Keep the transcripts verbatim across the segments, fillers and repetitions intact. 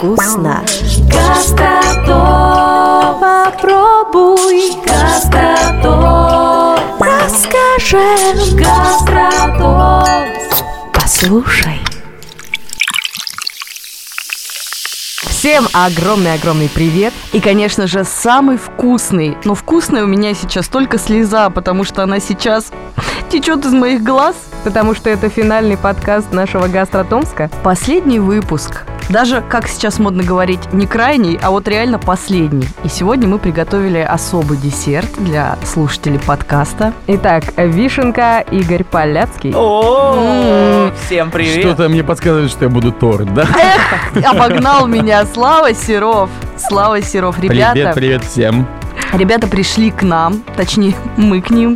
вкусно. Гастротом. Попробуй. Гастротом. Расскажем. Гастротом. Послушай. Всем огромный-огромный привет. И, конечно же, самый вкусный. Но вкусная у меня сейчас только слеза, потому что она сейчас течет из моих глаз. Потому что это финальный подкаст нашего Гастротомска. Последний выпуск. Даже, как сейчас модно говорить, не крайний, а вот реально последний. И сегодня мы приготовили особый десерт для слушателей подкаста. Итак, вишенка, Игорь Поляцкий. О, всем привет. Что-то мне подсказывает, что я буду торт, да? Эх, обогнал меня Слава Серов. Слава Серов, ребята. Привет, привет всем. Ребята пришли к нам, точнее, мы к ним,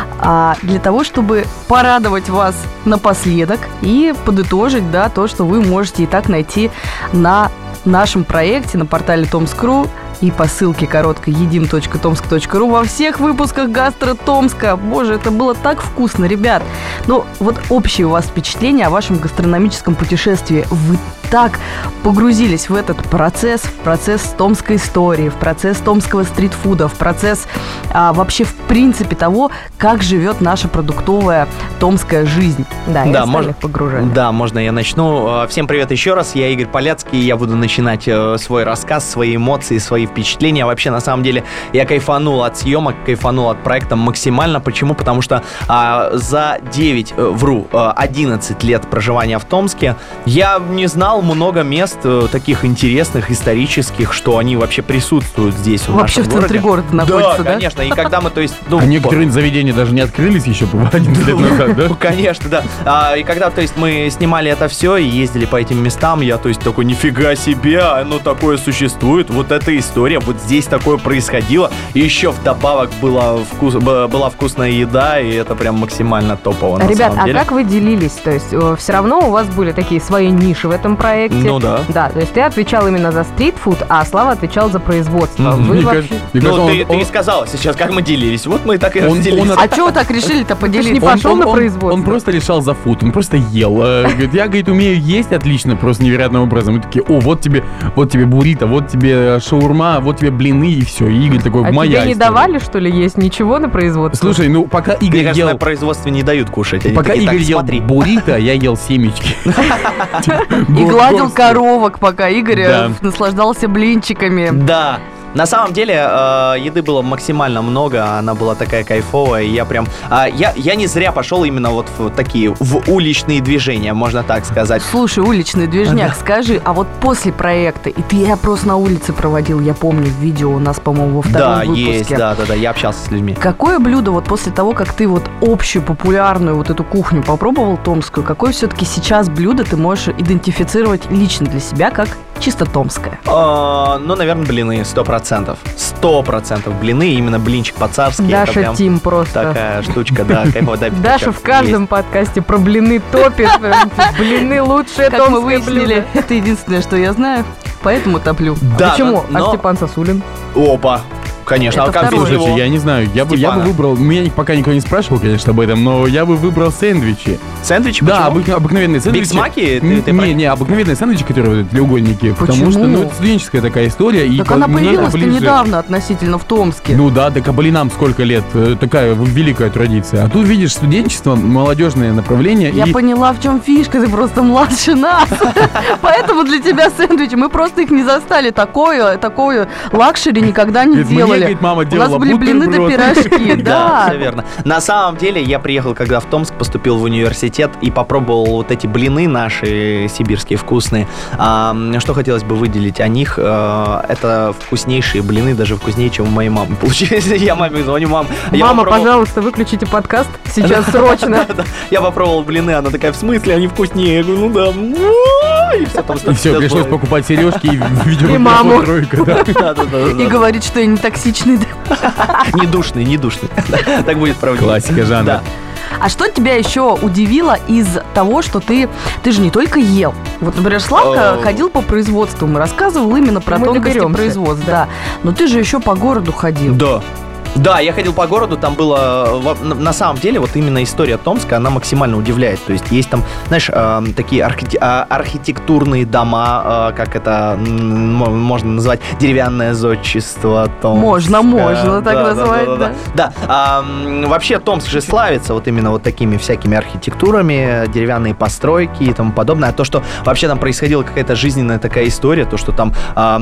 а, для того, чтобы порадовать вас напоследок и подытожить, да, то, что вы можете и так найти на нашем проекте, на портале Томск.ру и по ссылке короткой едим точка томск точка ру во всех выпусках Гастро Томска. Боже, это было так вкусно, ребят. Ну, вот общее у вас впечатление о вашем гастрономическом путешествии. Вы так погрузились в этот процесс, в процесс томской истории, в процесс томского стритфуда, в процесс а, вообще в принципе того, как живет наша продуктовая томская жизнь. Да, и Да, остальных мож- погружаем. Да, можно я начну. Всем привет еще раз. Я Игорь Поляцкий. Я буду начинать э, свой рассказ, свои эмоции, свои впечатления. Вообще, на самом деле, я кайфанул от съемок, кайфанул от проекта максимально. Почему? Потому что а, за девять, э, вру, э, одиннадцать лет проживания в Томске я не знал много мест э, таких интересных, исторических, что они вообще присутствуют здесь, в Вообще нашем в центре городе. города находится, да? Да, конечно. И когда мы, то есть... Ну, А некоторые заведения даже не открылись еще одиннадцать лет назад, да? Ну, конечно, да. А, и когда, то есть, мы снимали это все и ездили по этим местам, я, то есть, такой, нифига себе, оно такое существует, вот эта история, вот здесь такое происходило. И еще вдобавок была, вкус, б- была вкусная еда, и это прям максимально топово, на Ребят, самом а деле. как вы делились? То есть э, все равно у вас были такие свои ниши в этом проекте? Ну да. Да, то есть ты отвечал именно за стритфуд, а Слава отвечал за производство. Мгм. Вы Мне вообще... кажется- мне Ну, кажется, ты, он- ты и он- сказала сейчас, как мы делились. Вот мы так и Он- разделились. он- А чего вы так решили-то поделиться? не пошел на он- производство. Он просто решал за фуд, он просто ел. Э, Говорит, я, говорит, умею есть отлично, просто невероятным образом. Мы такие, о, вот тебе, вот тебе буррито, вот тебе шаурма, вот тебе блины, и все. И Игорь такой, А моя тебе не история. давали, что ли, есть ничего на производстве? Слушай, ну пока Мне Игорь кажется, на ел... производстве не дают кушать. Они Пока такие, Игорь так, ел смотри. буррито, я ел семечки. И гладил коровок, пока Игорь э, Да. наслаждался блинчиками. Да. На самом деле, э, еды было максимально много, она была такая кайфовая, и я прям... а, я, я не зря пошел именно вот в такие, в уличные движения, можно так сказать. Слушай, уличный движняк, скажи, а вот после проекта, и ты опрос на улице проводил, я помню, в видео у нас, по-моему, во втором Да, выпуске. есть, да-да-да, я общался с людьми. Какое блюдо вот после того, как ты вот общую популярную вот эту кухню попробовал томскую, какое все-таки сейчас блюдо ты можешь идентифицировать лично для себя как чисто томское? А, ну, наверное, блины, сто процентов. Сто процентов блины, именно блинчик по-царски. это Даша прям Тим просто. такая штучка, да, кайфовая. Да, Даша в каждом подкасте про блины топит. прям, Блины лучшее Как мы томское выяснили, блюдо. это единственное, что я знаю, поэтому топлю. Да, Почему? но- А Степан Сосулин? Опа, конечно, Это а как без второе. него? Слушайте, я не знаю, я бы, я бы Степана. выбрал, меня пока никто не спрашивал, конечно, об этом, но я бы выбрал сэндвичи. Сэндвич, Да, почему? обык- обыкновенные сэндвичи. Биг-смаки? Ты- Н- ты не, про- не, обыкновенные сэндвичи, которые вот треугольники. Потому Почему? что, ну, это студенческая такая история. И Так по- она мне появилась-то ближе- недавно относительно в Томске. Ну да, так а блинам сколько лет? Э, Такая великая традиция. А тут, видишь, студенчество, молодежное направление. Я и... поняла, в чем фишка, ты просто младше нас. Поэтому для тебя сэндвичи. Мы просто их не застали. Такое, такое лакшери никогда не Говорит, мне, делали. говорит, мама У нас делала были блины да бутерброд. пирожки, Да, да. все верно. На самом деле, я приехал, когда в Томск, поступил в университет и попробовал вот эти блины наши сибирские вкусные. А, что хотелось бы выделить о них, а, это вкуснейшие блины, даже вкуснее, чем у моей мамы. Получается, я маме звоню, мам, я Мама, попробовал- пожалуйста, выключите подкаст сейчас срочно. Да, я попробовал блины, она такая, в смысле, они вкуснее? Я говорю, ну да. И все, там И все, пришлось покупать сережки и видео И маму. тройка, да. Да, да, да, И да. говорит, что я не токсичный. да. Не душный, не душный. Так будет правильно. Классика жанра. Да. А что тебя еще удивило из того, что ты, ты же не только ел. Вот, например, Славка О. ходил по производству, мы рассказывал именно про Мы тонкости доберемся. производства. Да. Но ты же еще по городу ходил. Да. Да, я ходил по городу, там было... На самом деле, вот именно история Томска, она максимально удивляет. То есть есть там, знаешь, такие архи... архитектурные дома, как это можно назвать, деревянное зодчество Томска. Можно, можно так да, назвать, да. да. Да, да. А, вообще Томск же славится вот именно вот такими всякими архитектурами, деревянные постройки и тому подобное. А то, что вообще там происходила какая-то жизненная такая история, то, что там а,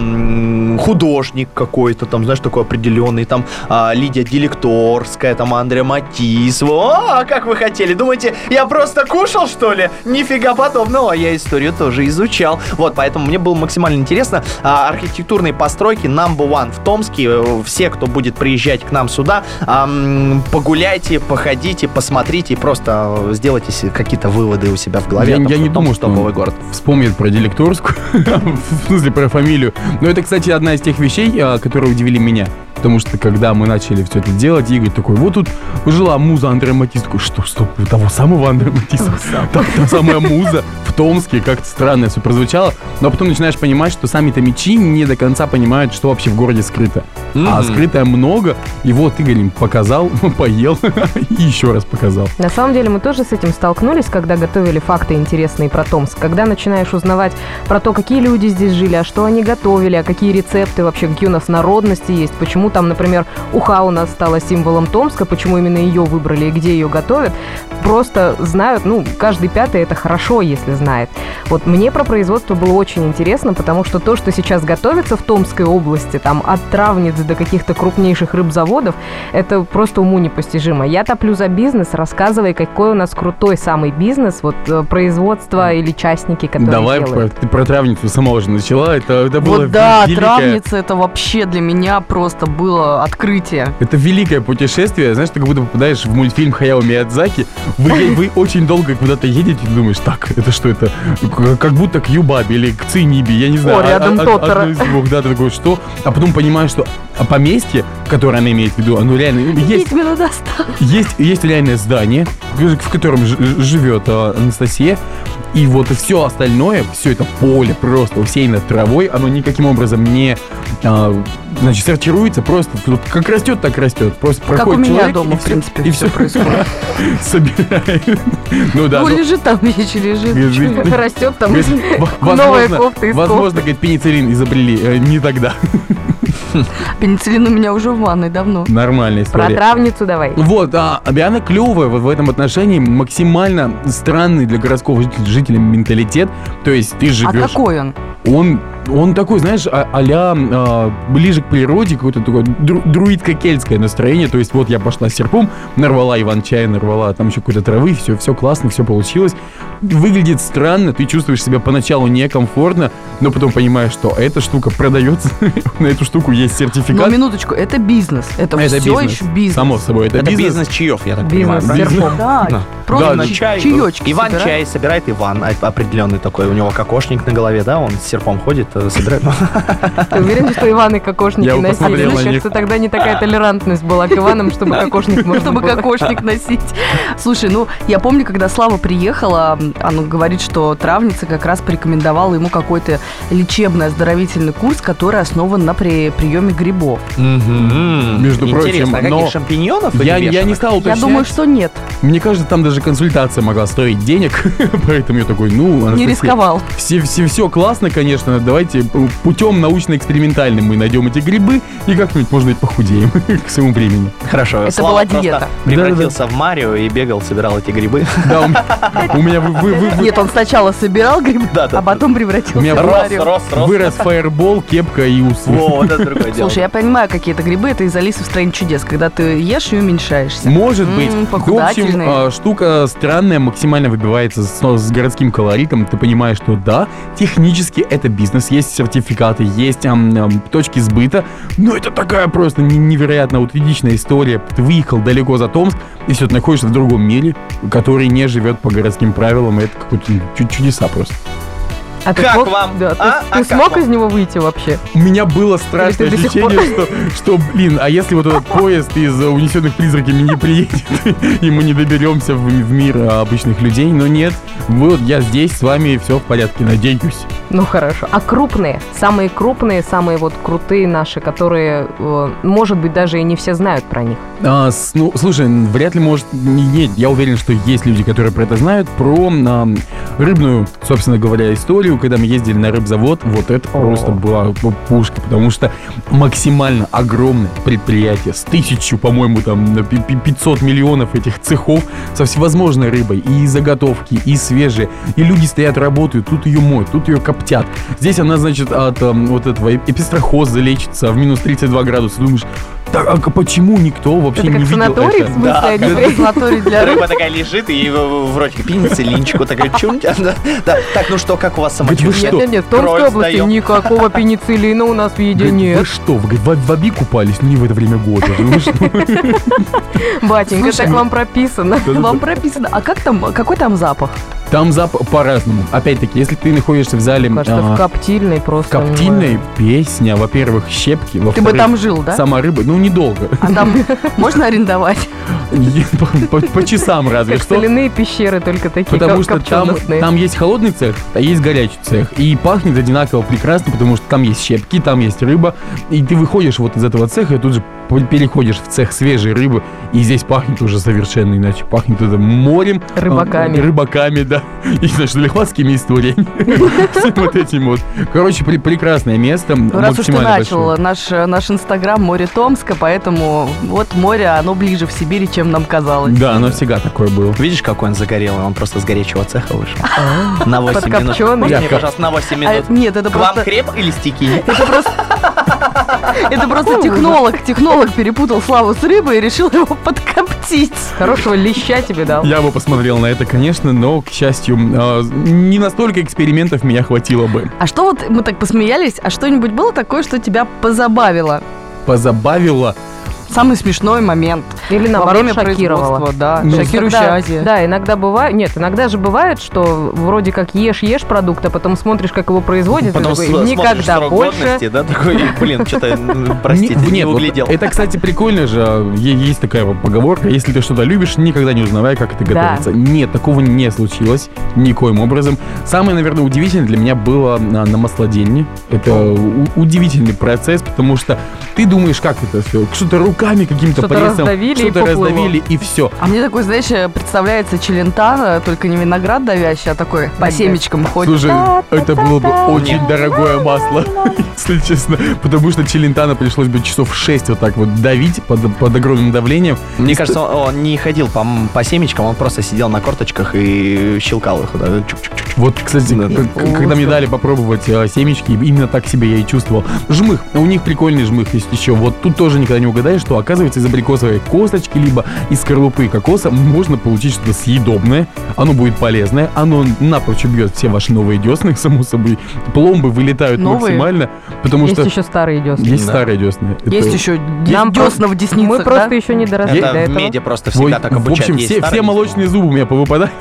художник какой-то, там, знаешь, такой определенный, там а, Лидия Делекторская, там Андре Матис. О, как вы хотели? Думаете, я просто кушал, что ли? Нифига подобного. Я историю тоже изучал. Вот, поэтому мне было максимально интересно. А, архитектурные постройки number one в Томске. Все, кто будет приезжать к нам сюда, а, погуляйте, походите, посмотрите и просто сделайте какие-то выводы у себя в голове. Я, том, я не Томск думаю, что топовый он город. вспомнит про Делекторскую, в смысле про фамилию. Но это, кстати, одна из тех вещей, которые удивили меня. Потому что, когда мы начали все это делать, Игорь такой, вот тут жила муза Андре Матис. Такой, что, стоп, того самого Андре Матиса? Та, та самая муза в Томске, как-то странно все прозвучало. Но потом начинаешь понимать, что сами томичи не до конца понимают, что вообще в городе скрыто. Mm-hmm. А скрытое много. И вот Игорь им показал, поел и еще раз показал. На самом деле мы тоже с этим столкнулись, когда готовили факты интересные про Томск. Когда начинаешь узнавать про то, какие люди здесь жили, а что они готовили, а какие рецепты вообще, какие у нас народности есть, почему там, например, уха у нас стала символом Томска, почему именно ее выбрали и где ее готовят, просто знают, ну, каждый пятый это хорошо, если знает. Вот мне про производство было очень интересно, потому что то, что сейчас готовится в Томской области, там от травниц до каких-то крупнейших рыбзаводов, это просто уму непостижимо. Я топлю за бизнес, рассказывая, какой у нас крутой самый бизнес, вот производство или частники, которые Давай делают. Про, ты про травницу сама уже начала, это, это было Вот да, великое... травница, это вообще для меня просто было открытие. Это великое путешествие, знаешь, ты как будто попадаешь в мультфильм Хаяо Миядзаки, вы, вы очень долго куда-то едете и думаешь, так, это что это? Как будто к Юбабе или к Цинибе, я не знаю. О, рядом а, Тотора. Одно из двух, да, ты такой, что? А потом понимаешь, что поместье, которое она имеет в виду, оно реально... Есть, Ведьмина достала. есть, есть реальное здание, в котором ж- живет а, Анастасия, и вот все остальное, все это поле просто усеяно травой, оно никаким образом не, а, значит, сортируется, просто вот как растет, так растет. Просто Как у проходит меня человек, дома, и в всё- принципе, и все все происходит. собирает. Ну да. Ну, ну, лежит там, вещи лежит. лежит. Растет там говорит, в- новая возможно- кофта из Возможно, кофты. говорит, пенициллин изобрели э, не тогда. Пенициллин у меня уже в ванной давно. Нормальная Про история. травницу давай. Вот, а она клевая вот в этом отношении, максимально странный для городского жителя, жителя менталитет. То есть ты А живешь... какой он? Он, он такой, знаешь, а- а-ля а, ближе к природе, какое-то такое дру- друидско-кельтское настроение. То есть вот я пошла с серпом, нарвала иван-чай, нарвала там еще какой-то травы, все, все классно, все получилось. Выглядит странно, ты чувствуешь себя поначалу некомфортно, но потом понимаешь, что эта штука продается, на эту штуку есть Но сертификат. минуточку, это бизнес. Это, Это все бизнес. еще бизнес. Само собой, это, Это бизнес. бизнес чаев, я так Бизнес понимаю. с правильно? серпом. Да, Да. просто Да, ча- чай. чаечки Иван собирает. чай собирает Иван, а- определенный такой. У него кокошник на голове, да, он с серпом ходит, э, собирает. Ты уверен, что Иваны кокошники Я бы носили? посмотрел Мне на кажется, них. тогда не такая толерантность была к Иванам, чтобы кокошник можно Чтобы было. кокошник носить. Слушай, ну, я помню, когда Слава приехала, она говорит, что травница как раз порекомендовала ему какой-то лечебно-оздоровительный курс, который основан на при- приеме грибов. Между прочим, Интересно, а но каких шампиньонов или Я, я не бешеных? стал Я уточнять. думаю, что нет, Мне кажется, там даже консультация могла стоить денег, поэтому я такой, ну, не Анастасия, рисковал. Все, все, все классно, конечно, давайте путем научно-экспериментальным мы найдем эти грибы и как-нибудь, может быть, похудеем к своему времени. Хорошо. Это Слава была просто диета. Превратился в Марио и бегал, собирал эти грибы. Да, у меня- у меня вы- вы- вы- Нет, он сначала собирал грибы, Да, да, а потом превратился У меня в рос, Марио. рос, рос. вырос фаербол, кепка и усы. Во, вот это другое дело. Слушай, я понимаю, какие это грибы, это из Алисы в стране чудес, когда ты ешь и уменьшаешься. Может М, быть. В общем, похудательные. а, штука странная, максимально выбивается с, с городским колоритом. Ты понимаешь, что да, технически это бизнес, есть сертификаты, есть ам, ам, точки сбыта, но это такая просто не- невероятно аутентичная история. Ты выехал далеко за Томск, и все, ты находишься в другом мире, который не живет по городским правилам, и это какое-то чу- чудеса просто. А ты Как смог- вам? Да, ты, А? ты А как смог вам? из него выйти вообще? У меня было страшное Или ты до сих ощущение, что, что, блин, а если вот этот поезд из «Унесенных призраками» не приедет, и мы не доберемся в, в мир а, обычных людей, но нет, вот я здесь с вами, все в порядке, надеюсь. Ну хорошо. А крупные? Самые крупные, самые вот крутые наши, которые, э, может быть, даже и не все знают про них. А, с- ну, слушай, вряд ли может... Нет, я уверен, что есть люди, которые про это знают. Про а, рыбную, собственно говоря, историю, когда мы ездили на рыбзавод, вот это О. просто была пушка, потому что максимально огромное предприятие с тысячу, по-моему, там пи- пи- пятьсот миллионов этих цехов со всевозможной рыбой, и заготовки, и свежие, и люди стоят, работают, тут ее моют, тут ее коптят. Здесь она, значит, от а, вот этого эпистрохоза лечится в минус тридцать два градуса. Думаешь, так, а почему никто вообще Это не как видел санаторий, это? в смысле? Да, они как при- Санаторий для рыб. Рыба такая лежит, и в, в ротике пенициллинчику, такая чунь. Да, да. Так, ну что, как у вас Говорит, вы самочувствие? что? Нет, нет, в Томской Кровь области сдаём. никакого пенициллина у нас в еде Говорит, нет. вы что, вы говорит, в, в Оби купались? Ну не в это время года. Вы что? Батенька, Слушай, так вам прописано. Вам прописано. А как там, какой там запах? Там запах по-разному. Опять-таки, если ты находишься в зале Кажется, а, в коптильной в просто. коптильной, песня, во-первых, щепки, Ты бы во-вторых, там жил, да? сама рыба, ну недолго. А там можно арендовать? По, по- по часам разве Как что. соляные пещеры, только такие Потому коп- что там, копченостные. там есть холодный цех, а есть горячий цех. И пахнет одинаково прекрасно, потому что там есть щепки, там есть рыба. И ты выходишь вот из этого цеха, и тут же п- переходишь в цех свежей рыбы. И здесь пахнет уже совершенно иначе. Пахнет это морем. Рыбаками. а, Рыбаками, да. И, знаешь, залихватскими историями. Всем вот этим вот. Короче, пре- прекрасное место. Ну, раз уж ты максимально начал большое. наш, наш инстаграм «Море Томска», поэтому вот море, оно ближе в Сибири, чем нам казалось. Да, оно всегда такое было. Видишь, какой он загорелый? Он просто с горячего цеха вышел. На восемь минут. Подкопчённый. Можно мне, Я- пожалуйста, на восемь А, минут? нет, это К вам просто, хлеб или стики? это просто, это просто технолог, технолог перепутал Славу с рыбой и решил его подкоптить. Хорошего леща тебе дал. Я бы посмотрел на это, конечно, но, к счастью, э, не настолько экспериментов меня хватило бы. А что вот мы так посмеялись, а что-нибудь было такое, что тебя позабавило? Позабавило. Самый смешной момент. Или Во наоборот время шокировало. производства, да. Ну, Шокирующая Когда- Азия. Да, иногда бывает. Нет, иногда же бывает, что вроде как ешь-ешь продукт, а потом смотришь, как его производят, Потом и такой, с- смотришь никогда срок больше. годности, да, такой, блин, что-то, простите, Не- не нет, вот углядел. это, кстати, прикольно же. Е- Есть такая вот поговорка: если ты что-то любишь, никогда не узнавай, как это Да. готовится. Нет, такого не случилось никоим образом. Самое, наверное, удивительное для меня было на, на маслодельне. Это у- удивительный процесс, потому что ты думаешь, как это все? Что-то руками каким-то Что-то прессом, раздавили и что-то поплыло. раздавили, и все. А мне такой, знаешь, представляется челентано, только не виноград давящий, а такой по Да. семечкам ходит. Слушай, это было бы очень дорогое масло, если честно. Потому что челентано пришлось бы часов шесть вот так вот давить под, под огромным давлением. Мне кажется, он, он не ходил по, м- по семечкам, он просто сидел на корточках и щелкал их. Вот, так, чук-чук-чук. Вот, кстати, Да. к- к- когда мне дали попробовать э, семечки, именно так себя я и чувствовал. Жмых. У них прикольный жмых есть еще. Вот тут тоже никогда не угадаешь, что, оказывается, из абрикосовой косточки, либо из скорлупы кокоса можно получить что-то съедобное. Оно будет полезное. Оно напрочь убьет все ваши новые десны, само собой. Пломбы вылетают Новые? максимально, потому Есть что... еще старые десны. Есть Да. старые десны. Это- Есть еще Нам десна в десницах, Мы просто да? еще не доросли Это до в этого. меди просто Ой, всегда так в обучают. общем, Есть все, старые, все молочные зубы у меня повыпадают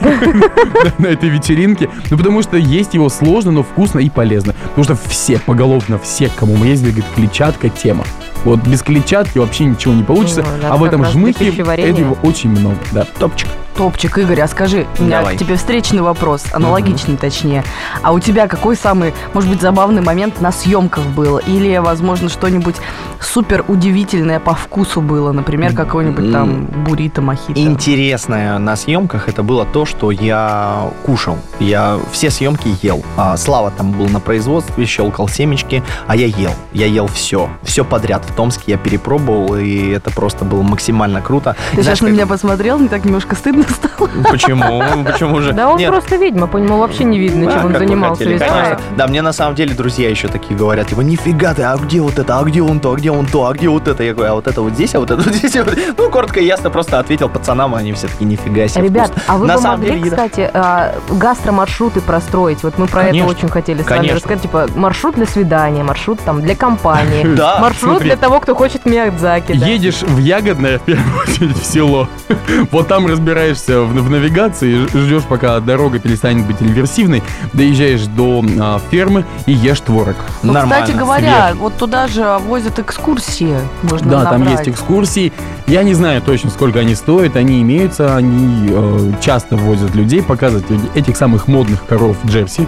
на этой вечеринке. Ну, потому что есть его сложно, но вкусно и полезно. Потому что все, поголовно все, к кому мы ездили, говорят, клетчатка тема. Вот без клетчатки вообще ничего не получится. Ну, да, А в как этом раз для жмыхе пищеварения. этого очень много. Да. Топчик. Топчик, Игорь, а скажи, у меня Давай. к тебе встречный вопрос, аналогичный точнее. А у тебя какой самый, может быть, забавный момент на съемках был? Или, возможно, что-нибудь супер удивительное по вкусу было? Например, какой-нибудь там буррито, мохито? Интересное на съемках это было то, что я кушал. Я все съемки ел. А, Слава там был на производстве, щелкал семечки, а я ел. Я ел все. Все подряд. В Томске я перепробовал, и это просто было максимально круто. Ты И знаешь, сейчас на как- меня посмотрел, мне так немножко стыдно стало. Почему? Почему же? Да он Нет. просто ведьма, по нему вообще не видно, А, чем он как вы занимался хотели, весь конечно. проект. Да, мне на самом деле друзья еще такие говорят, типа, нифига ты, а где вот это, а где он то, а где он то, а где вот это? Я говорю, а вот это вот здесь, а вот это вот здесь. а вот- Ну, коротко и ясно просто ответил пацанам, и они все таки нифига себе Ребят, вкусно». а вы на бы самом могли, деле, еда. кстати, а, гастромаршруты простроить? Вот мы про Конечно. это очень хотели с вами Конечно. рассказать. Типа маршрут для свидания, маршрут там для компании, Да, маршрут смотри. для того, кто хочет Миядзаки. да. Едешь в Ягодное, в первую очередь, в село. Вот там разбираешься в, в навигации, ж- ждешь, пока дорога перестанет быть реверсивной, доезжаешь до а, фермы и ешь творог. Ну, Нормально. кстати говоря, вот туда же возят экскурсии. Можно Да, там набрать. есть экскурсии. Я не знаю точно, сколько они стоят. Они имеются, они э, часто возят людей показывать этих самых модных коров Джерси.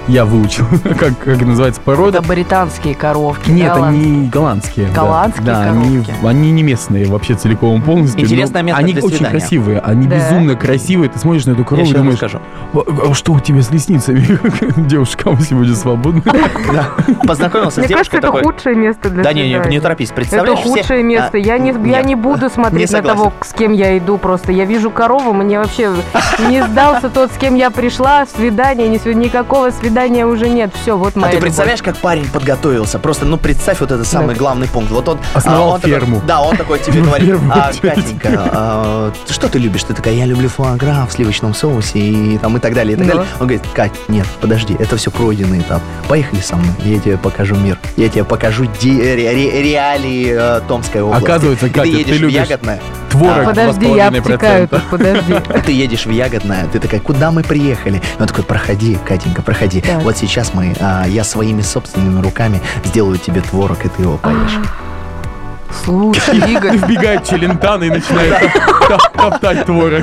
я выучил, как, как называется порода. Это британские коровки. Нет, голландские. они голландские. Голландские да, да, коровки. они, они не местные вообще целиком и полностью. Интересное место Они для очень свидания. красивые, они Да. безумно красивые. Ты смотришь на эту Я корову и сейчас думаешь, расскажу. «А, а что у тебя с ресницами? Девушка, вы сегодня свободны? Познакомился с Мне кажется, девушкой это такой... худшее место для Да не, не, свидания. не торопись, Это представляешь, все- худшее место. А, Я не, я нет. не буду смотреть Не на того, согласен. с кем я иду. Просто я вижу корову, мне вообще не сдался тот, с кем я пришла. Свидание, ни, сви- никакого свидания уже нет. Все, вот А моя ты любовь. представляешь, как парень подготовился? Просто, ну, представь вот это самый Да. главный пункт. Вот он... Основал а, он такой- ферму. да, он такой тебе Ну, в говорит, первую а, очередь. Катенька, а, ты что ты любишь? Ты такая, я люблю фуагра в сливочном соусе и там и так далее, и так Да. далее. Он говорит, Кать, нет, подожди, это все пройденный этап. Поехали со мной, я тебе покажу мир. Я тебе покажу ди- ре- ре- реалии э, Томской области. Оказывается, И Катя, ты ты едешь в любишь Ягодное. Творог А, Подожди, я обтекаю тут, подожди. Ты едешь в Ягодное, ты такая, куда мы приехали? И он такой, проходи, Катенька, проходи. Так. Вот сейчас мы, а, я своими собственными руками сделаю тебе творог, и ты его поешь. Слушай, Игорь, Вбегает Челентано и начинает топ- топ- топтать творог.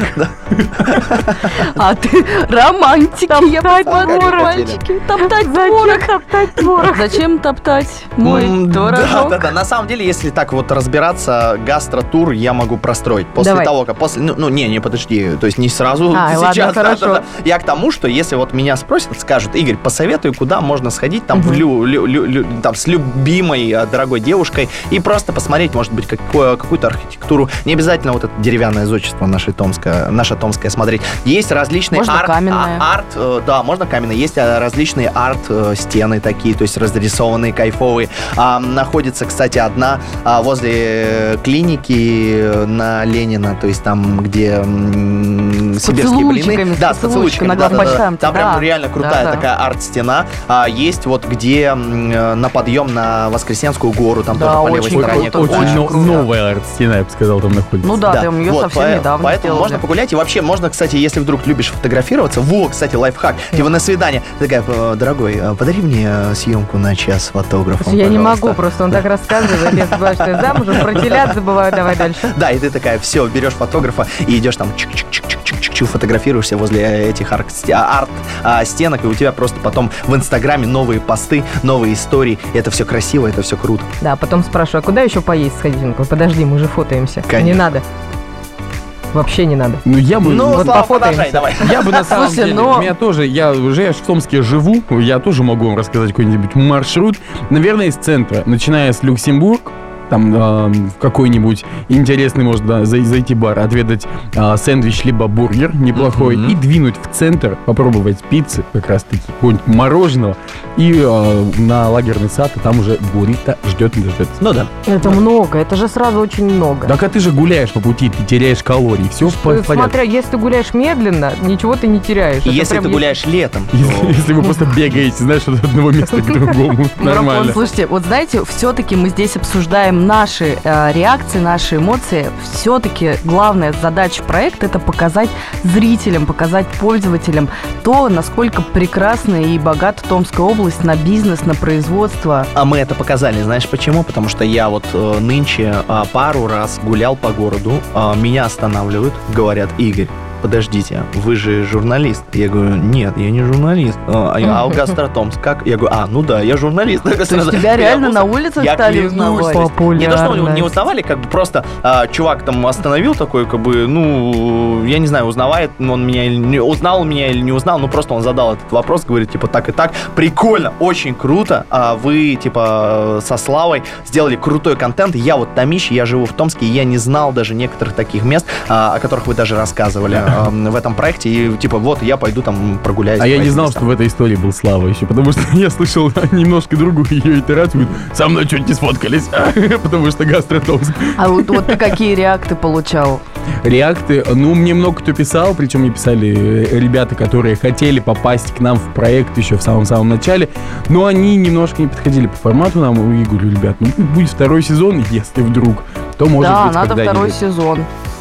а ты романтики, я Топтать посмотрю, творог. мальчики. Топтать Зачем творог. топтать творог? Зачем топтать мой М, Да, творожок? да, да. На самом деле, если так вот разбираться, гастротур я могу простроить. После Давай. того, как после. Ну, ну, не, не, подожди. То есть не сразу А, ладно, сейчас. да, хорошо. да, да. Я к тому, что если вот меня спросят, скажут, Игорь, посоветуй, куда можно сходить там, в лю- лю- лю- лю- там с любимой а, дорогой девушкой и просто посмотреть, может быть, какое- какую-то архитектуру. Не обязательно вот это деревянное зодчество наше Томское, наше Томское смотреть. Есть различные Можно арт, каменное. а- арт, э, да, можно каменные. Есть а, различные арт-стены такие, то есть разрисованные, кайфовые. А, находится, кстати, одна а, возле клиники на Ленина, то есть там, где м, С сибирские блины. поцелуйчиками, с Да, с поцелуйчиками. поцелуйчиками на да, да, да. главпочтамте, Там прям да. реально крутая Да, да. такая арт-стена. А, есть вот где м, э, на подъем на Воскресенскую гору, там Да, тоже по левой очень стороне. круто, Очень очень но- круто. новая арт-стена, я бы сказал, там находится. Ну да, там ее вот, совсем по- недавно Поэтому сделали. можно погулять. И вообще можно, кстати, если вдруг любишь фотографироваться, во, кстати, лайфхак. Типа на свидание. Ты такая, «Э, дорогой, э, подари мне э, съемку на час с фотографом, Я не пожалуйста». могу, просто он так рассказывает. Я забываю, что я замужем, про телят забываю. Давай дальше. Да, и ты такая, все, берешь фотографа и идешь там чик-чик-чик-чик-чик, фотографируешься возле этих арт- арт-стенок, и у тебя просто потом в Инстаграме новые посты, новые истории. И это все красиво, это все круто. Да, потом спрашиваю, а куда еще поесть сходить? Он такой, подожди, мы же фотаемся. Не Конечно. надо. Вообще не надо. Ну, я бы... Ну, вот Слава, пофотаемся. продолжай, давай. Я бы на самом Слушай, деле, но- у меня тоже, я уже я ж в Томске живу, я тоже могу вам рассказать какой-нибудь маршрут. Наверное, из центра, начиная с Люксембург, там э, в какой-нибудь интересный, может, да, зай- зайти бар, отведать э, сэндвич либо бургер неплохой, Мгм. и двинуть в центр, попробовать пиццы, как раз-таки, какого-нибудь мороженого, и э, на лагерный сад, и там уже буррито ждет не дождется. Ну да. Это много, это же сразу очень много. Так а ты же гуляешь по пути, ты теряешь калории, все в Ты, порядке. Смотря, если ты гуляешь медленно, ничего ты не теряешь. И Это если прям ты есть- гуляешь летом, Если, то- если вы просто бегаете, знаешь, от одного места к другому, Марафон, нормально. слушайте, вот знаете, все-таки мы здесь обсуждаем наши э, реакции, наши эмоции. Все-таки главная задача проекта – это показать зрителям, показать пользователям то, насколько прекрасна и богата Томская область на бизнес, на производство. А мы это показали, знаешь почему? Потому что я вот э, нынче а, пару раз гулял по городу, а, меня останавливают, говорят, Игорь, подождите, вы же журналист. Я говорю, нет, я не журналист. А, я- а у Гастротомск как? Я говорю, а, ну да, я журналист. То есть тебя реально на улицах Я стали клянусь, узнавать? то есть не то, что не Популярность. узнавали, как бы просто а, чувак там остановил такой, как бы, ну, я не знаю, узнавает он меня или не узнал меня или не узнал, ну просто он задал этот вопрос, говорит, типа, так и так. Прикольно, очень круто. А вы, типа, со Славой сделали крутой контент. Я вот Томище, я живу в Томске, и я не знал даже некоторых таких мест, а, о которых вы даже рассказывали а, в этом проекте. И типа, вот, я пойду там прогуляюсь. А я по не этим знал, местам. что в этой истории был Слава еще, потому что я слышал немножко другую ее итерацию. Говорит, со мной чуть не сфоткались, потому что Гастротомск. А вот, вот ты какие реакты получал? Реакты, ну, мне много кто писал, причем мне писали э, ребята, которые хотели попасть к нам в проект еще в самом-самом начале, но они немножко не подходили по формату нам, и говорю, ребят, ну, будет второй сезон, если вдруг, то может да, быть надо второй когда-нибудь. сезон.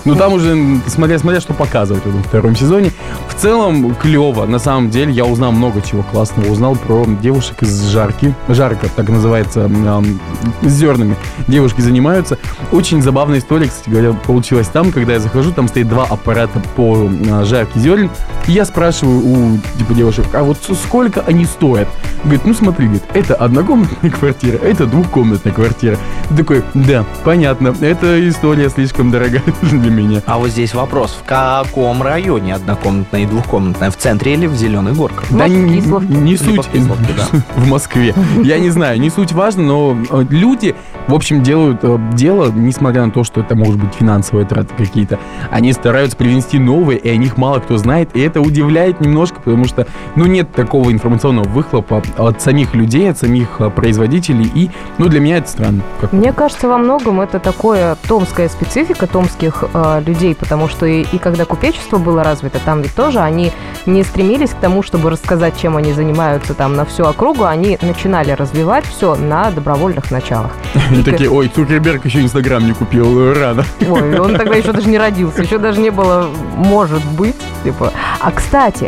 Но там уже, смотря, смотря что показывают в втором сезоне. В целом, клево. На самом деле, я узнал много чего классного. Узнал про девушек из жарки. Жарка, так называется, эм, с зернами. Девушки занимаются. Очень забавная история, кстати говоря, получилась там, когда я захожу, там стоит два аппарата по э, жарке зерен. И я спрашиваю у типа девушек, а вот сколько они стоят? Говорит, ну смотри, говорит, это однокомнатная квартира, это двухкомнатная квартира. Я такой, да, понятно, эта история слишком дорогая для меня. А вот здесь вопрос, в каком районе однокомнатная и двухкомнатная? В центре или в Зеленых Горках? Да не, Кисловке. не Либо суть в Кисловке, да. в Москве. Я не знаю, не суть важно, но э, люди, в общем, делают э, дело, несмотря на то, что это может быть финансовые траты какие-то. Они стараются привнести новые, и о них мало кто знает, и это удивляет немножко, потому что, ну, нет такого информационного выхлопа от самих людей, от самих э, производителей, и, ну, для меня это странно. Как- Мне кажется, во многом это такое томская специфика томских э, людей, потому что и, и когда купечество было развито, там ведь тоже они не стремились к тому, чтобы рассказать, чем они занимаются там на всю округу, они начинали развивать все на добровольных началах. Они И такие, ой, Цукерберг еще Инстаграм не купил, рано. Ой, он тогда еще даже не родился, еще даже не было, может быть, типа. А, кстати,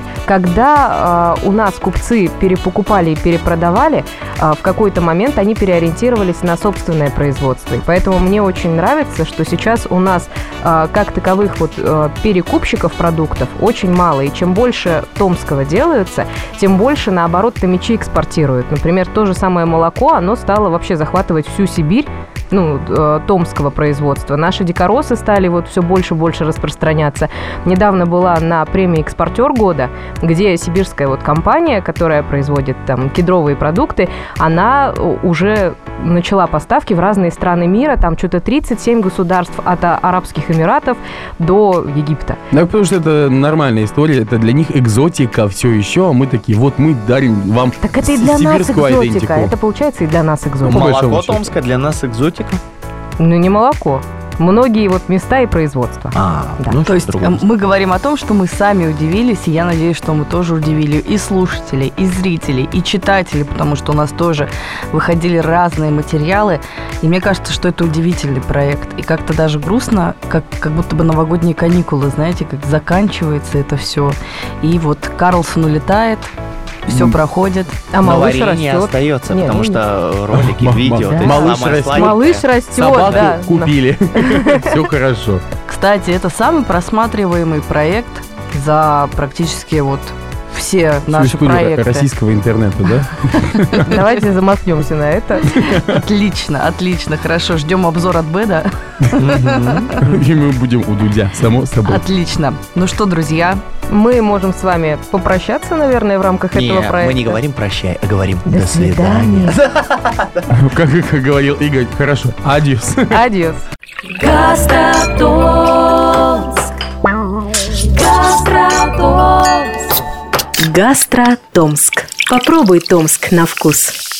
когда э, у нас купцы перепокупали и перепродавали, э, в какой-то момент они переориентировались на собственное производство. И поэтому мне очень нравится, что сейчас у нас э, как таковых вот э, перекупщиков продуктов очень мало. И чем больше томского делается, тем больше, наоборот, томичи экспортируют. Например, то же самое молоко, оно стало вообще захватывать всю Сибирь, ну, э, томского производства. Наши дикоросы стали вот все больше и больше распространяться. Недавно была на премии «Экспортер года», где сибирская вот компания, которая производит там кедровые продукты, она уже начала поставки в разные страны мира, там что-то тридцать семь государств от Арабских Эмиратов до Египта. Да, потому что это нормальная история, это для них экзотика все еще, а мы такие, вот мы дарим вам Так это и для нас сибирскую экзотика. идентику. Это получается и для нас экзотика. по большому Молоко счету. томское для нас экзотика. Ну, не молоко. Многие вот места и производства. А, Да. ну, То есть по-другому. э, мы говорим о том, что мы сами удивились, и я надеюсь, что мы тоже удивили и слушателей, и зрителей, и читателей, потому что у нас тоже выходили разные материалы, и мне кажется, что это удивительный проект. И как-то даже грустно, как, как будто бы новогодние каникулы, знаете, как заканчивается это все. И вот Карлсон улетает, все М. проходит. А Но малыш варенье растет. остается, Не, потому ну, что ролики, Ма- видео, ма- то есть малыш самое растет. сладкое. Малыш растет, Собаку да. купили. Все хорошо. Кстати, это самый просматриваемый проект за практически вот все Всю наши историю проекты. российского интернета, да? Давайте замахнемся на это. Отлично, отлично, хорошо. Ждем обзор от Беда. И мы будем у Дудя, само собой. Отлично. Ну что, друзья, Мы можем с вами попрощаться, наверное, в рамках Не, этого проекта. мы не говорим прощай, а говорим До до свидания. Как, как говорил Игорь, хорошо, адьос. Адьос. Гастротомск. Гастротомск. Гастротомск. Попробуй Томск на вкус.